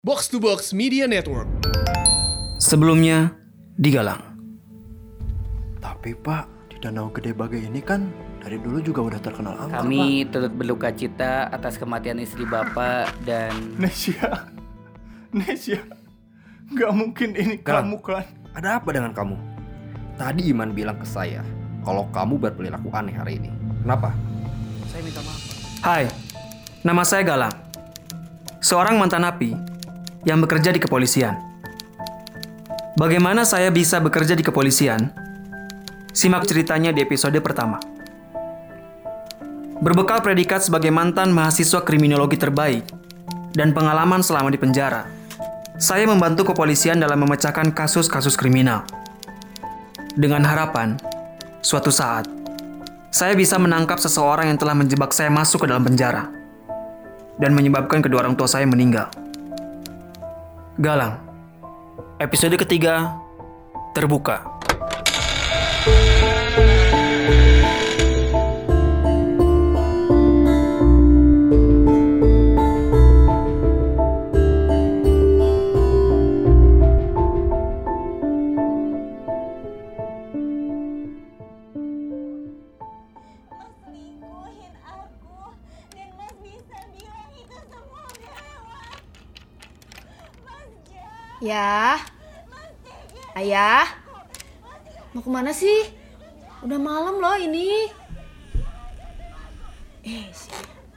Box to Box Media Network. Sebelumnya di Galang. Tapi Pak, di Danau Gede Bagai ini kan dari dulu juga udah terkenal angker, Kami Pak. turut berduka cita atas kematian istri Bapak dan... Nesya, gak mungkin ini Galang. kamu kan? Ada apa dengan kamu? Tadi Iman bilang ke saya kalau kamu berperilaku aneh hari ini. Kenapa? Saya minta maaf. Hai, nama saya Galang. Seorang mantan napi yang bekerja di kepolisian. Bagaimana saya bisa bekerja di kepolisian? Simak ceritanya di episode pertama. Berbekal predikat sebagai mantan mahasiswa kriminologi terbaik dan pengalaman selama di penjara, saya membantu kepolisian dalam memecahkan kasus-kasus kriminal. Dengan harapan, suatu saat, saya bisa menangkap seseorang yang telah menjebak saya masuk ke dalam penjara dan menyebabkan kedua orang tua saya meninggal. Galang, episode ketiga, terbuka. Selingkuhin aku dan Mas bisa bilang itu semua lewat. Mas Jah, Ya, Ayah, mau kemana sih? Udah malam loh ini. Sih.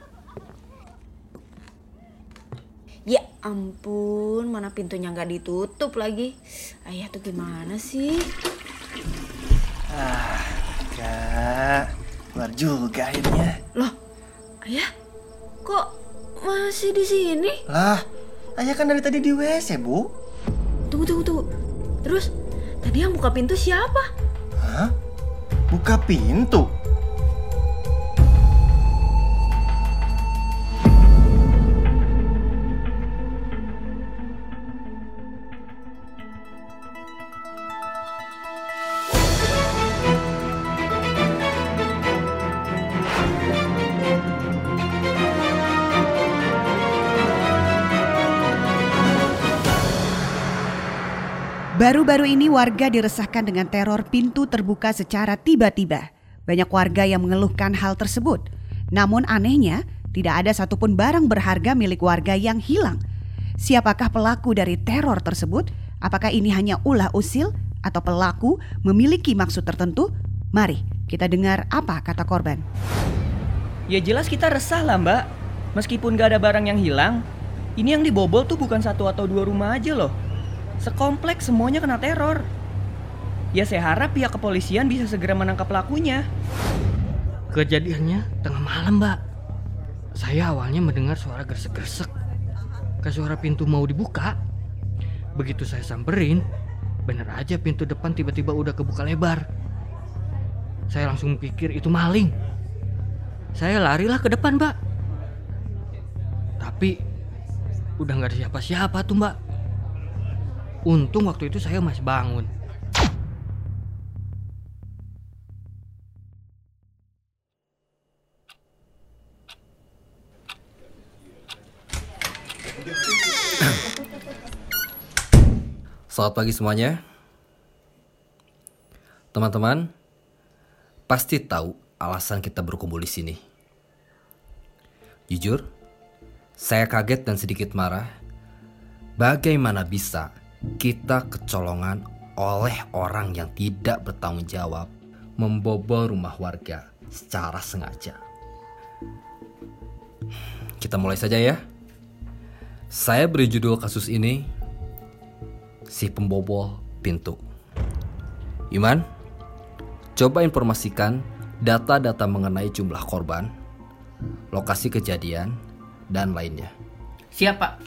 Ya ampun, mana pintunya nggak ditutup lagi. Ayah tuh gimana sih? Kak, keluar juga akhirnya. Loh, Ayah, kok masih di sini? Lah, ayah kan dari tadi di WC, Bu. Tunggu. Terus, tadi yang buka pintu siapa? Hah? Buka pintu? Baru-baru ini warga diresahkan dengan teror pintu terbuka secara tiba-tiba. Banyak warga yang mengeluhkan hal tersebut. Namun anehnya, tidak ada satupun barang berharga milik warga yang hilang. Siapakah pelaku dari teror tersebut? Apakah ini hanya ulah usil atau pelaku memiliki maksud tertentu? Mari kita dengar apa kata korban. Ya jelas kita resah lah Mbak. Meskipun gak ada barang yang hilang, ini yang dibobol tuh bukan 1 atau 2 rumah aja loh. Sekompleks semuanya kena teror. Ya saya harap pihak kepolisian bisa segera menangkap pelakunya. Kejadiannya tengah malam, Mbak. Saya awalnya mendengar suara gresek-gresek, kayak suara pintu mau dibuka. Begitu saya samperin, bener aja pintu depan tiba-tiba udah kebuka lebar. Saya langsung pikir itu maling. Saya larilah ke depan, Mbak. Tapi udah gak ada siapa-siapa tuh, Mbak. Untung waktu itu saya masih bangun. Selamat pagi semuanya. Teman-teman, pasti tahu alasan kita berkumpul di sini. Jujur, saya kaget dan sedikit marah. Bagaimana bisa kita kecolongan oleh orang yang tidak bertanggung jawab membobol rumah warga secara sengaja. Kita mulai saja ya. Saya beri judul kasus ini, Si Pembobol Pintu. Iman, coba informasikan data-data mengenai jumlah korban, lokasi kejadian, dan lainnya. Siap, Pak.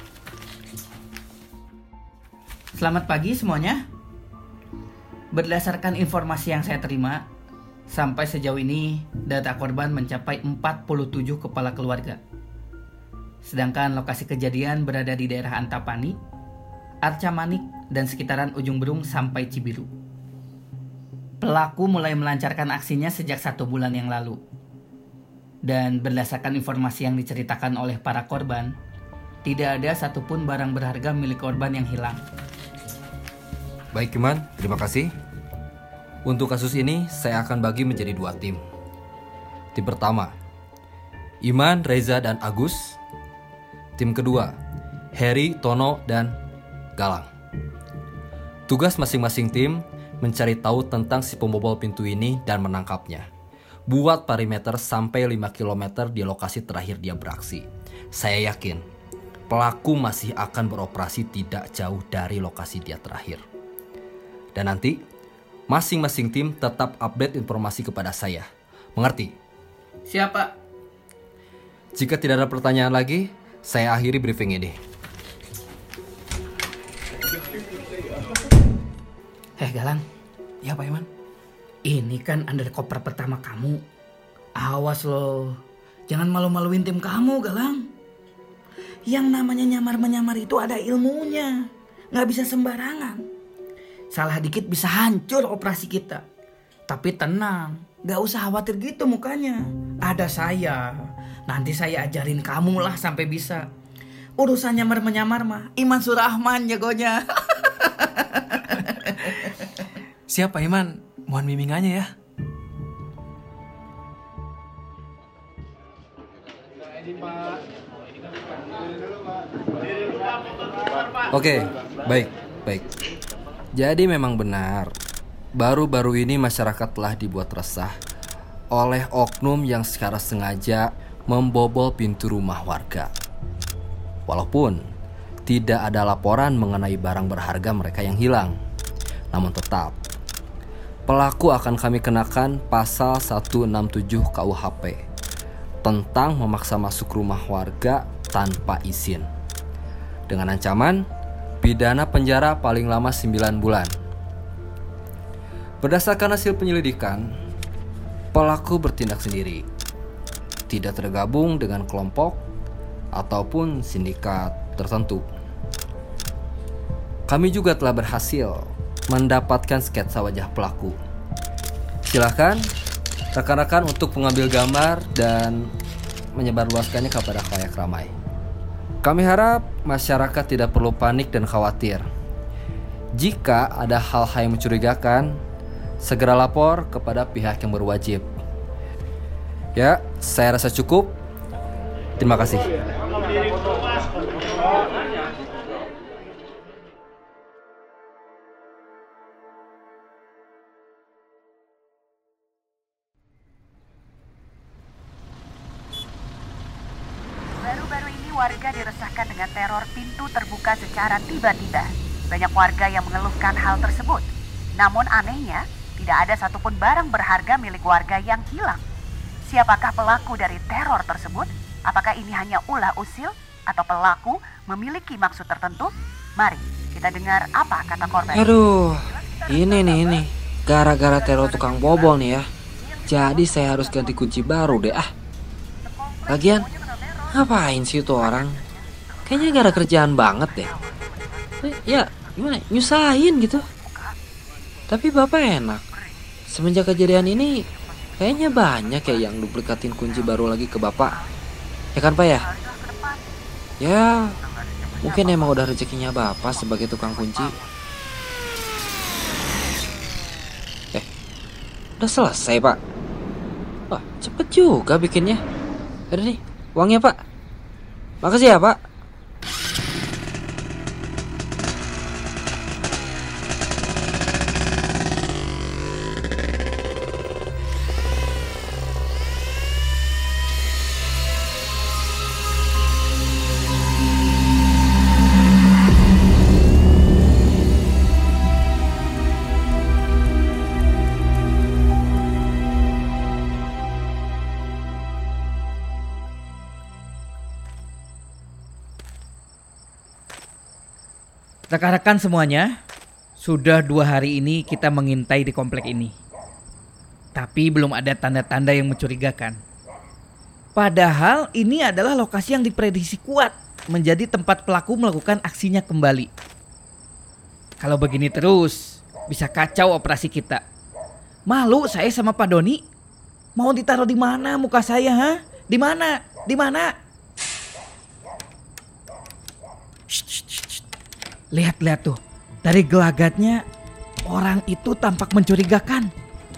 Selamat pagi semuanya. Berdasarkan informasi yang saya terima, sampai sejauh ini data korban mencapai 47 kepala keluarga. Sedangkan lokasi kejadian berada di daerah Antapani, Arca Manik, dan sekitaran Ujung Berung sampai Cibiru. Pelaku mulai melancarkan aksinya sejak 1 bulan yang lalu. Dan berdasarkan informasi yang diceritakan oleh para korban, tidak ada satupun barang berharga milik korban yang hilang. Baik Iman, terima kasih. Untuk kasus ini saya akan bagi menjadi 2 tim. Tim pertama, Iman, Reza, dan Agus. Tim kedua, Heri, Tono, dan Galang. Tugas masing-masing tim mencari tahu tentang si pembobol pintu ini dan menangkapnya. Buat perimeter sampai 5 km di lokasi terakhir dia beraksi. Saya yakin pelaku masih akan beroperasi tidak jauh dari lokasi dia terakhir. Dan nanti masing-masing tim tetap update informasi kepada saya. Mengerti? Siapa? Jika tidak ada pertanyaan lagi, saya akhiri briefing ini. Galang. Ya Pak Iman. Ini kan undercover pertama kamu. Awas loh. Jangan malu-maluin tim kamu, Galang. Yang namanya nyamar-menyamar itu ada ilmunya. Nggak bisa sembarangan. Salah dikit bisa hancur operasi kita. Tapi tenang, nggak usah khawatir gitu mukanya. Ada saya. Nanti saya ajarin kamu lah sampai bisa. Urusan nyamar-menyamar mah Iman Surahman jagonya. Siap Pak Iman, mohon bimbingannya ya. Oke, baik. Jadi memang benar, baru-baru ini masyarakat telah dibuat resah oleh oknum yang secara sengaja membobol pintu rumah warga. Walaupun tidak ada laporan mengenai barang berharga mereka yang hilang, namun tetap pelaku akan kami kenakan pasal 167 KUHP tentang memaksa masuk rumah warga tanpa izin, dengan ancaman pidana penjara paling lama 9 bulan. Berdasarkan hasil penyelidikan, pelaku bertindak sendiri, tidak tergabung dengan kelompok ataupun sindikat tertentu. Kami juga telah berhasil mendapatkan sketsa wajah pelaku. Silakan rekan-rekan untuk mengambil gambar dan menyebarluaskannya kepada khalayak ramai. Kami harap masyarakat tidak perlu panik dan khawatir. Jika ada hal-hal yang mencurigakan, segera lapor kepada pihak yang berwajib. Ya, saya rasa cukup. Terima kasih. Baru-baru ini warga diresahkan dengan teror pintu terbuka secara tiba-tiba. Banyak warga yang mengeluhkan hal tersebut. Namun anehnya, tidak ada satupun barang berharga milik warga yang hilang. Siapakah pelaku dari teror tersebut? Apakah ini hanya ulah usil atau pelaku memiliki maksud tertentu? Mari kita dengar apa kata korban. Aduh, ini nih. Gara-gara teror tukang bobol nih ya. Jadi saya harus ganti kunci baru deh ah. Lagian, ngapain sih itu orang? Kayaknya gak ada kerjaan banget deh. Ya, gimana? Nyusahin gitu. Tapi bapak enak. Semenjak kejadian ini, kayaknya banyak ya yang duplikatin kunci baru lagi ke bapak. Ya kan Pak ya? Ya, mungkin emang udah rezekinya bapak sebagai tukang kunci. Udah selesai Pak. Wah, cepet juga bikinnya. Ada nih, uangnya Pak. Makasih ya Pak. Rekan-rekan semuanya, sudah 2 hari ini kita mengintai di komplek ini. Tapi belum ada tanda-tanda yang mencurigakan. Padahal ini adalah lokasi yang diprediksi kuat menjadi tempat pelaku melakukan aksinya kembali. Kalau begini terus, bisa kacau operasi kita. Malu saya sama Pak Doni. Mau ditaruh di mana muka saya, ha? Di mana? Di mana? Lihat-lihat tuh, dari gelagatnya orang itu tampak mencurigakan.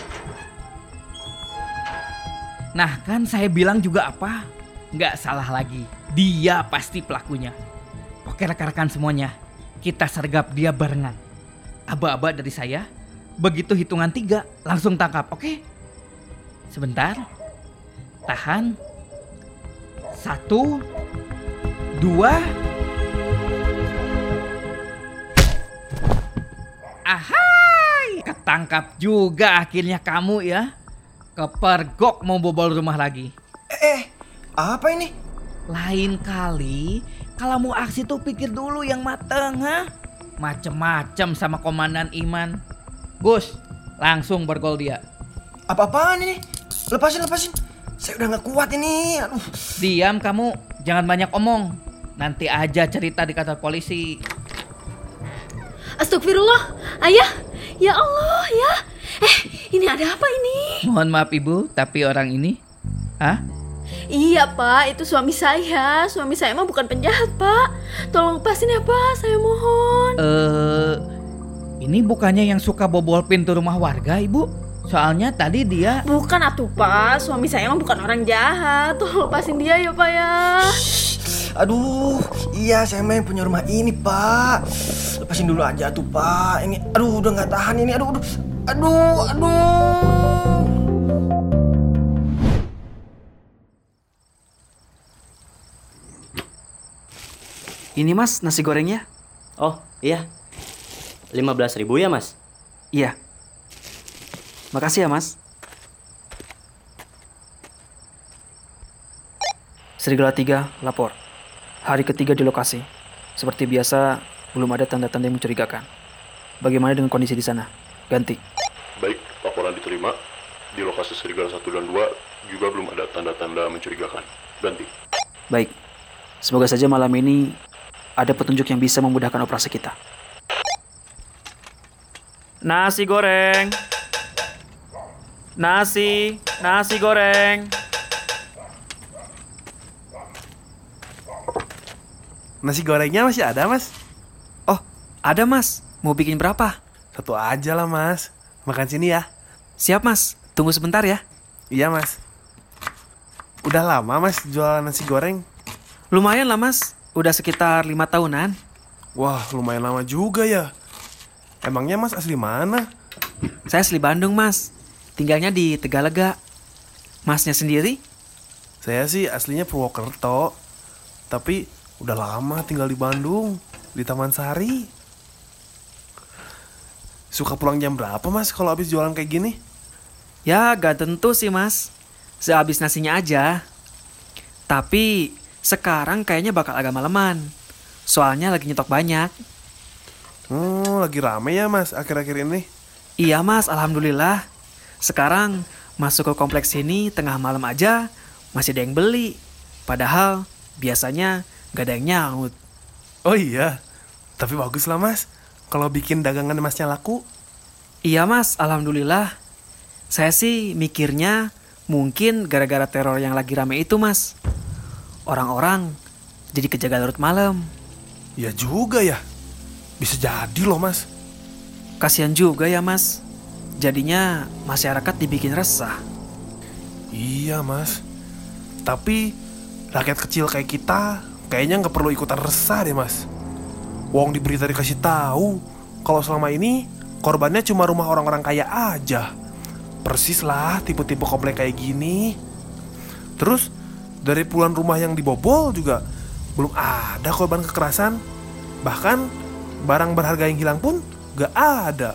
Nah kan saya bilang juga apa? Nggak salah lagi, dia pasti pelakunya. Oke rekan-rekan semuanya, kita sergap dia barengan. Aba-aba dari saya, begitu hitungan 3 langsung tangkap, oke? Sebentar, tahan. 1, 2. Ahai, ketangkap juga akhirnya kamu ya. Kepergok mau bobol rumah lagi. Apa ini? Lain kali kalau mau aksi tuh pikir dulu yang mateng, ha? Macem-macem sama Komandan Iman. Gus, langsung bergol dia. Apa-apaan ini? Lepasin. Saya udah gak kuat ini. Aduh. Diam kamu, jangan banyak omong. Nanti aja cerita di kantor polisi. Astagfirullah, ayah, ya Allah ya. Ini ada apa ini? Mohon maaf ibu, tapi orang ini, Iya pak, itu suami saya. Suami saya mah bukan penjahat pak. Tolong lepasin ya pak, saya mohon. Ini bukannya yang suka bobol pintu rumah warga ibu? Soalnya tadi dia... Bukan atuh pak, suami saya mah bukan orang jahat. Tolong lepasin dia ya pak ya. Aduh, iya saya mah yang punya rumah ini pak. Lepasin dulu aja tuh pak. Ini, aduh udah gak tahan ini. Aduh. Ini mas nasi gorengnya. Oh iya, 15.000 ya mas? Iya. Makasih ya mas. Serigala 3 lapor. Hari ketiga di lokasi. Seperti biasa, belum ada tanda-tanda yang mencurigakan. Bagaimana dengan kondisi di sana? Ganti. Baik, laporan diterima. Di lokasi Serigala 1 dan 2 juga belum ada tanda-tanda mencurigakan. Ganti. Baik. Semoga saja malam ini ada petunjuk yang bisa memudahkan operasi kita. Nasi goreng. Nasi goreng. Nasi gorengnya masih ada, Mas? Oh, ada, Mas. Mau bikin berapa? Satu aja lah, Mas. Makan sini ya. Siap, Mas. Tunggu sebentar ya. Iya, Mas. Udah lama, Mas, jualan nasi goreng? Lumayan lah, Mas. Udah sekitar 5 tahunan. Wah, lumayan lama juga ya. Emangnya Mas asli mana? Saya asli Bandung, Mas. Tinggalnya di Tegalega. Masnya sendiri? Saya sih aslinya Purwokerto. Tapi udah lama tinggal di Bandung, di Taman Sari. Suka pulang jam berapa, Mas, kalau habis jualan kayak gini? Ya, gak tentu sih, Mas. Sehabis nasinya aja. Tapi sekarang kayaknya bakal agak maleman. Soalnya lagi nyetok banyak. Lagi rame ya, Mas, akhir-akhir ini? Iya, Mas, alhamdulillah. Sekarang masuk ke kompleks ini tengah malam aja masih ada yang beli. Padahal biasanya gak ada yang nyaut. Oh iya, tapi bagus lah, Mas, kalau bikin dagangan Masnya laku. Iya, Mas, alhamdulillah. Saya sih mikirnya mungkin gara-gara teror yang lagi rame itu, Mas. Orang-orang jadi kejaga larut malam. Ya juga ya. Bisa jadi loh, Mas. Kasian juga ya, Mas. Jadinya masyarakat dibikin resah. Iya, Mas. Tapi rakyat kecil kayak kita kayaknya nggak perlu ikutan resah deh, Mas. Wong di berita dikasih tahu kalau selama ini korbannya cuma rumah orang-orang kaya aja. Persis lah tipe-tipe komplek kayak gini. Terus dari puluhan rumah yang dibobol juga belum ada korban kekerasan. Bahkan barang berharga yang hilang pun gak ada.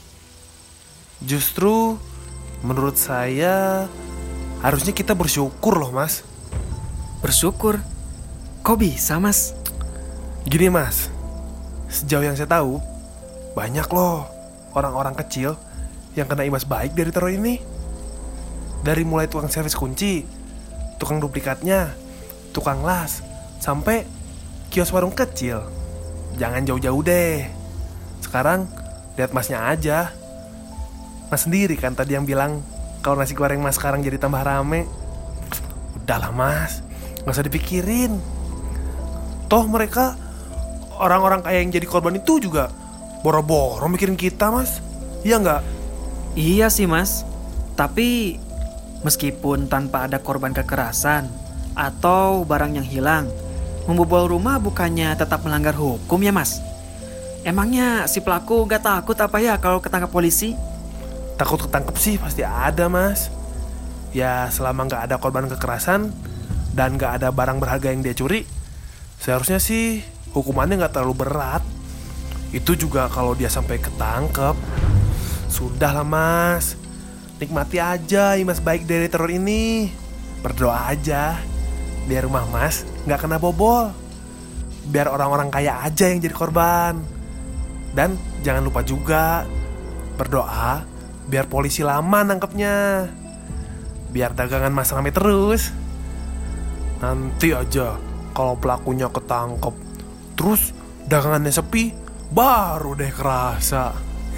Justru menurut saya harusnya kita bersyukur loh, Mas. Bersyukur? Kok bisa, Mas? Gini, Mas, sejauh yang saya tahu banyak loh orang-orang kecil yang kena imbas baik dari teror ini. Dari mulai tukang servis kunci, tukang duplikatnya, tukang las, sampai kios warung kecil. Jangan jauh-jauh deh. Sekarang lihat Masnya aja. Mas sendiri kan tadi yang bilang kalau nasi goreng Mas sekarang jadi tambah rame. Udahlah, Mas, gak usah dipikirin. Toh mereka orang-orang kaya yang jadi korban itu juga boro-boro mikirin kita, Mas. Iya nggak? Iya sih, Mas. Tapi meskipun tanpa ada korban kekerasan atau barang yang hilang, membobol rumah bukannya tetap melanggar hukum ya, Mas? Emangnya si pelaku gak takut apa ya kalau ketangkap polisi? Takut ketangkep sih pasti ada, Mas. Ya selama gak ada korban kekerasan dan gak ada barang berharga yang dia curi, seharusnya sih hukumannya gak terlalu berat. Itu juga kalau dia sampai ketangkep. Sudahlah, Mas, nikmati aja imas baik dari teror ini. Berdoa aja biar rumah Mas gak kena bobol. Biar orang-orang kaya aja yang jadi korban. Dan jangan lupa juga berdoa biar polisi lama nangkepnya. Biar dagangan Mas rame terus. Nanti aja kalau pelakunya ketangkep terus dagangannya sepi, baru deh kerasa.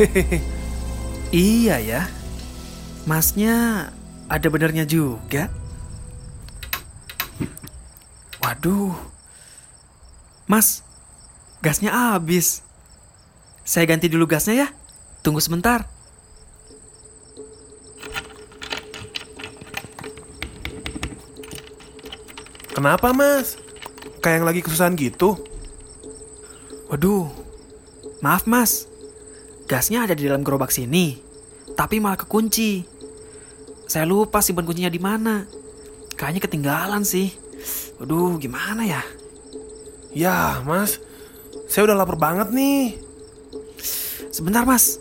Iya ya, Masnya ada benernya juga. Waduh, Mas, gasnya habis. Saya ganti dulu gasnya ya. Tunggu sebentar. Kenapa, Mas? Kayak yang lagi kesusahan gitu? Waduh, maaf Mas. Gasnya ada di dalam gerobak sini, tapi malah kekunci. Saya lupa simpan kuncinya di mana. Kayaknya ketinggalan sih. Waduh, gimana ya? Ya, Mas, saya udah lapar banget nih. Sebentar, Mas.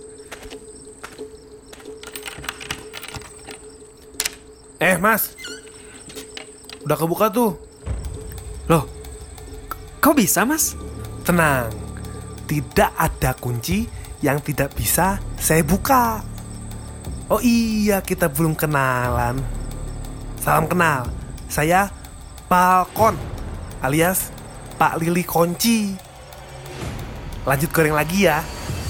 Mas, udah kebuka tuh. Loh, kok bisa, Mas? Tenang, tidak ada kunci yang tidak bisa saya buka. Oh iya, kita belum kenalan. Salam kenal, saya Falcon alias Pak Lili Kunci. Lanjut goreng lagi ya.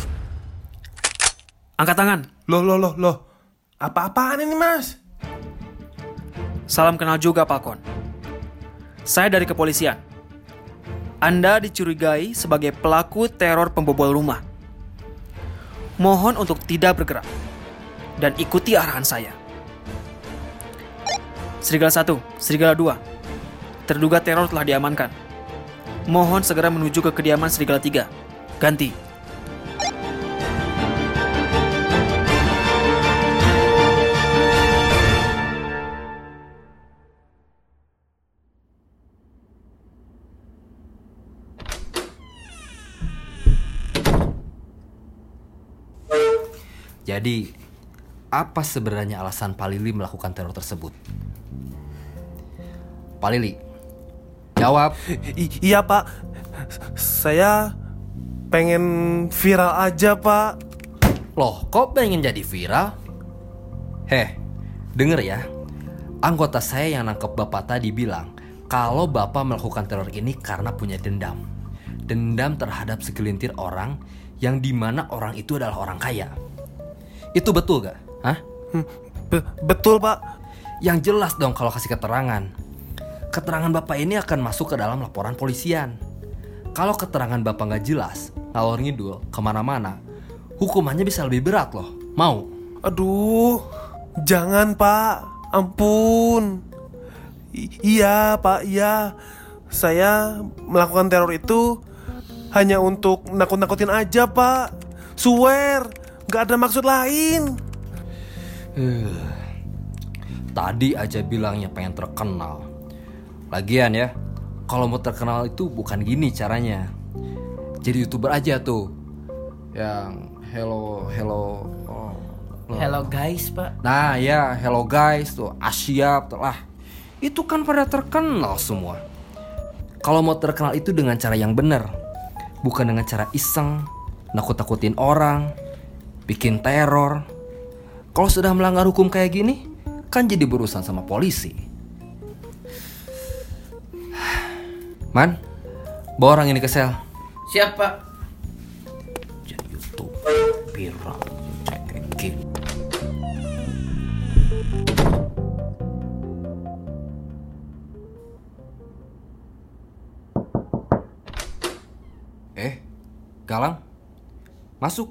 Angkat tangan. Loh. Apa-apaan ini, Mas? Salam kenal juga, Falcon. Saya dari kepolisian. Anda dicurigai sebagai pelaku teror pembobol rumah. Mohon untuk tidak bergerak dan ikuti arahan saya. Serigala 1, Serigala 2. Terduga teror telah diamankan. Mohon segera menuju ke kediaman Serigala 3. Ganti. Jadi, apa sebenarnya alasan Pak Lili melakukan teror tersebut? Pak Lili, jawab. Iya, Pak. Saya pengen viral aja, Pak. Loh, kok pengen jadi viral? Denger ya. Anggota saya yang nangkep Bapak tadi bilang kalau Bapak melakukan teror ini karena punya dendam. Dendam terhadap segelintir orang yang dimana orang itu adalah orang kaya. Itu betul gak? Hah? Betul, Pak. Yang jelas dong kalau kasih keterangan. Keterangan Bapak ini akan masuk ke dalam laporan polisian. Kalau keterangan Bapak gak jelas, ngalor ngidul kemana-mana, hukumannya bisa lebih berat loh. Mau? Aduh, jangan, Pak. Ampun. Iya, Pak, iya. Saya melakukan teror itu hanya untuk nakut-nakutin aja, Pak. Swear, gak ada maksud lain. Tadi aja bilangnya pengen terkenal. Lagian ya, kalau mau terkenal itu bukan gini caranya. Jadi YouTuber aja tuh. Yang hello. Hello guys, Pak. Nah ya, hello guys tuh, Asyap lah. Itu kan pada terkenal semua. Kalau mau terkenal itu dengan cara yang benar, bukan dengan cara iseng, nakut-nakutin orang, bikin teror. Kalau sudah melanggar hukum kayak gini, kan jadi berurusan sama polisi. Man, bawa orang ini ke sel. Siap, Pak. Jadi YouTube viral, cekin. Galang, masuk.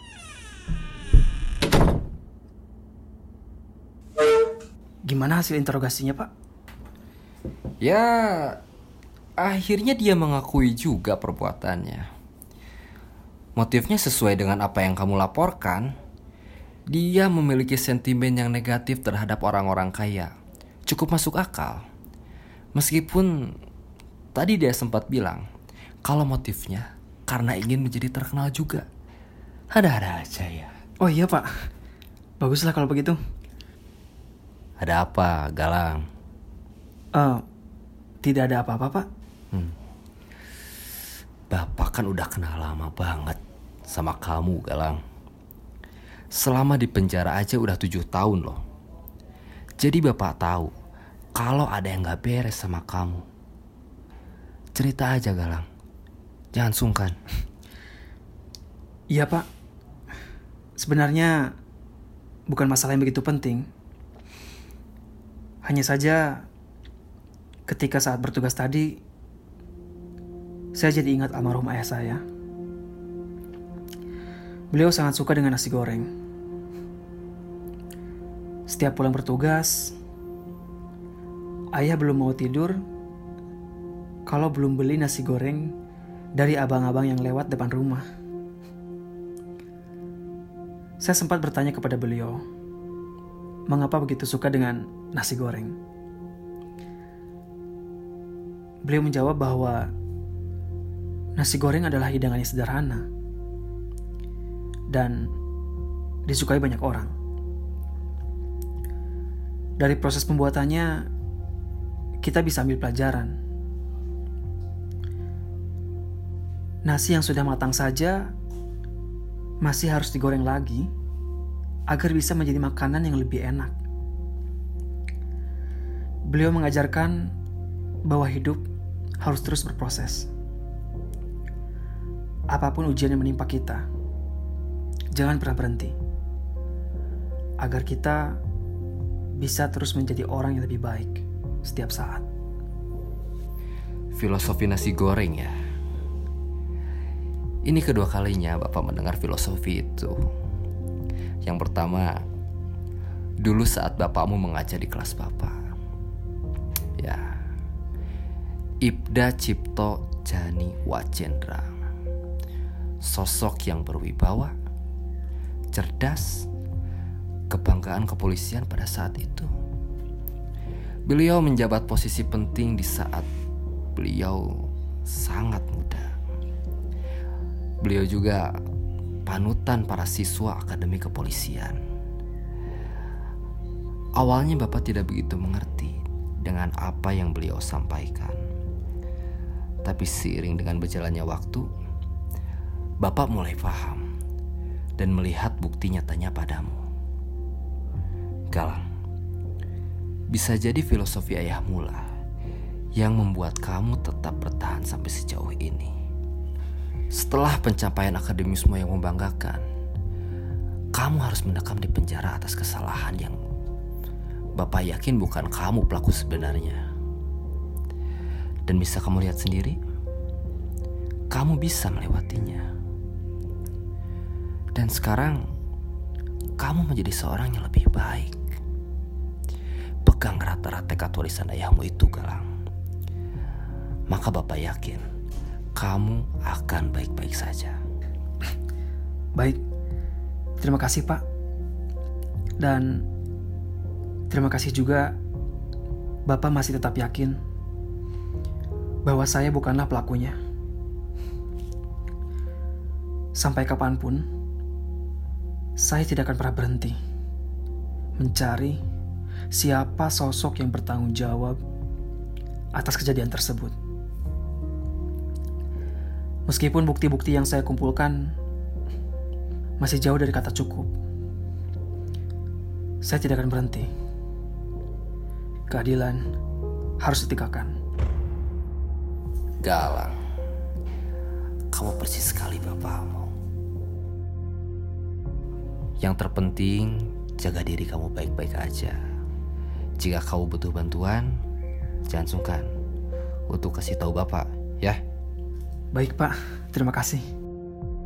Gimana hasil interogasinya, Pak? Ya, akhirnya dia mengakui juga perbuatannya. Motifnya sesuai dengan apa yang kamu laporkan. Dia memiliki sentimen yang negatif terhadap orang-orang kaya. Cukup masuk akal. Meskipun tadi dia sempat bilang kalau motifnya karena ingin menjadi terkenal juga. Ada-ada aja ya. Oh iya, Pak. Baguslah kalau begitu. Ada apa, Galang? Tidak ada apa-apa, Pak. Bapak kan udah kenal lama banget sama kamu, Galang. Selama di penjara aja udah 7 tahun loh. Jadi Bapak tahu kalau ada yang gak beres sama kamu. Cerita aja, Galang. Jangan sungkan. Iya, Pak. Sebenarnya bukan masalah yang begitu penting. Hanya saja ketika saat bertugas tadi, saya jadi ingat almarhum ayah saya. Beliau sangat suka dengan nasi goreng. Setiap pulang bertugas, ayah belum mau tidur kalau belum beli nasi goreng dari abang-abang yang lewat depan rumah. Saya sempat bertanya kepada beliau, mengapa begitu suka dengan nasi goreng? Beliau menjawab bahwa nasi goreng adalah hidangan yang sederhana dan disukai banyak orang. Dari proses pembuatannya, kita bisa ambil pelajaran. Nasi yang sudah matang saja masih harus digoreng lagi agar bisa menjadi makanan yang lebih enak. Beliau mengajarkan bahwa hidup harus terus berproses. Apapun ujian yang menimpa kita, jangan pernah berhenti. Agar kita bisa terus menjadi orang yang lebih baik setiap saat. Filosofi nasi goreng ya. Ini kedua kalinya Bapak mendengar filosofi itu. Yang pertama, dulu saat Bapakmu mengajar di kelas Bapak. Ya, Ibda Cipto Jani Wacendra. Sosok yang berwibawa, cerdas, kebanggaan kepolisian pada saat itu. Beliau menjabat posisi penting di saat beliau sangat muda. Beliau juga panutan para siswa akademi kepolisian. Awalnya Bapak tidak begitu mengerti dengan apa yang beliau sampaikan. Tapi seiring dengan berjalannya waktu, Bapak mulai paham dan melihat bukti nyatanya padamu. Galang, bisa jadi filosofi ayahmu lah yang membuat kamu tetap bertahan sampai sejauh ini. Setelah pencapaian akademisme yang membanggakan, kamu harus mendekam di penjara atas kesalahan yang Bapak yakin bukan kamu pelaku sebenarnya. Dan bisa kamu lihat sendiri, kamu bisa melewatinya. Dan sekarang, kamu menjadi seorang yang lebih baik. Pegang erat-erat tekad warisan ayahmu itu, Galang. Maka Bapak yakin kamu akan baik-baik saja. Baik, terima kasih Pak. Dan terima kasih juga Bapak masih tetap yakin bahwa saya bukanlah pelakunya. Sampai kapanpun, saya tidak akan pernah berhenti mencari siapa sosok yang bertanggung jawab atas kejadian tersebut. Meskipun bukti-bukti yang saya kumpulkan masih jauh dari kata cukup, saya tidak akan berhenti. Keadilan harus ditegakkan. Galang, kamu persis sekali bapakmu. Yang terpenting, jaga diri kamu baik-baik aja. Jika kamu butuh bantuan, jangan sungkan untuk kasih tahu Bapak, ya. Baik Pak, terima kasih.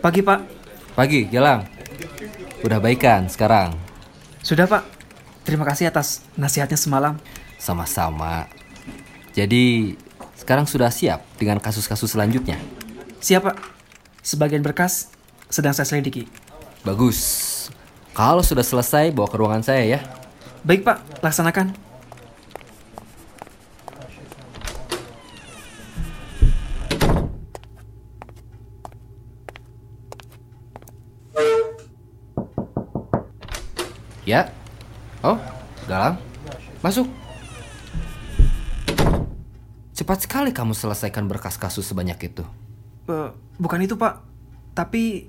Pagi, Pak. Pagi, Gilang. Udah baikan sekarang? Sudah, Pak. Terima kasih atas nasihatnya semalam. Sama-sama. Jadi, sekarang sudah siap dengan kasus-kasus selanjutnya? Siap, Pak. Sebagian berkas sedang saya selidiki. Bagus. Kalau sudah selesai, bawa ke ruangan saya ya. Baik, Pak. Laksanakan. Ya. Oh, Galang. Masuk. Cepat sekali kamu selesaikan berkas kasus sebanyak itu. Bukan itu, Pak. Tapi...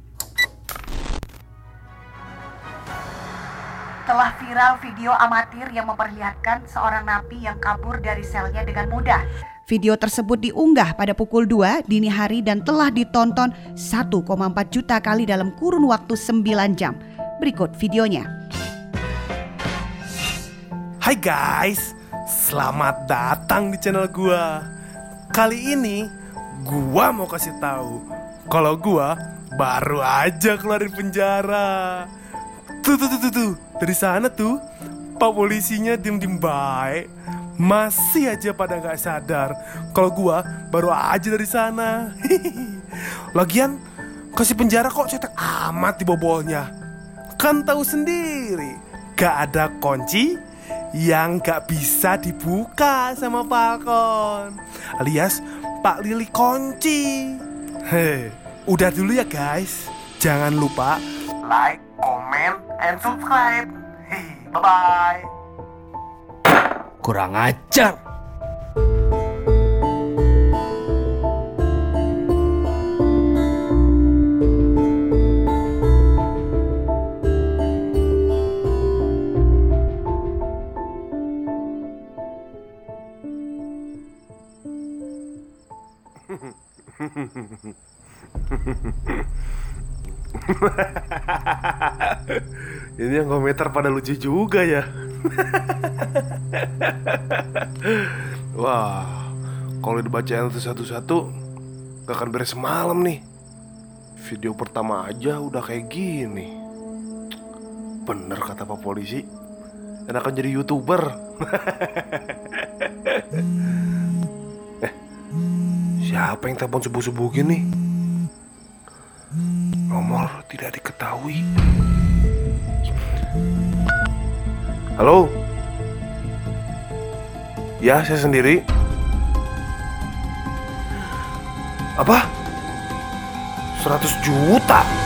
Telah viral video amatir yang memperlihatkan seorang napi yang kabur dari selnya dengan mudah. Video tersebut diunggah pada pukul 2 dini hari dan telah ditonton 1,4 juta kali dalam kurun waktu 9 jam. Berikut videonya. Hai guys, selamat datang di channel gua. Kali ini gua mau kasih tahu kalau gua baru aja keluar dari penjara. Tuh, dari sana tuh Pak polisinya diem-diem baik. Masih aja pada gak sadar kalau gua baru aja dari sana. Lagian kasih penjara kok cetek amat dibobolnya. Kan tahu sendiri, gak ada kunci yang gak bisa dibuka sama Falcon, alias Pak Lili Kunci. Udah dulu ya guys. Jangan lupa like, comment, and subscribe. Bye-bye. Kurang ajar. Ini yang komentar pada lucu juga ya. Wah, kalau dibacain satu-satu gak akan beres semalam nih. Video pertama aja udah kayak gini. Bener kata Pak Polisi, enakan jadi YouTuber. Siapa yang telepon subuh-subuh gini? Nomor tidak diketahui. Halo? Ya, saya sendiri. Apa? 100 juta?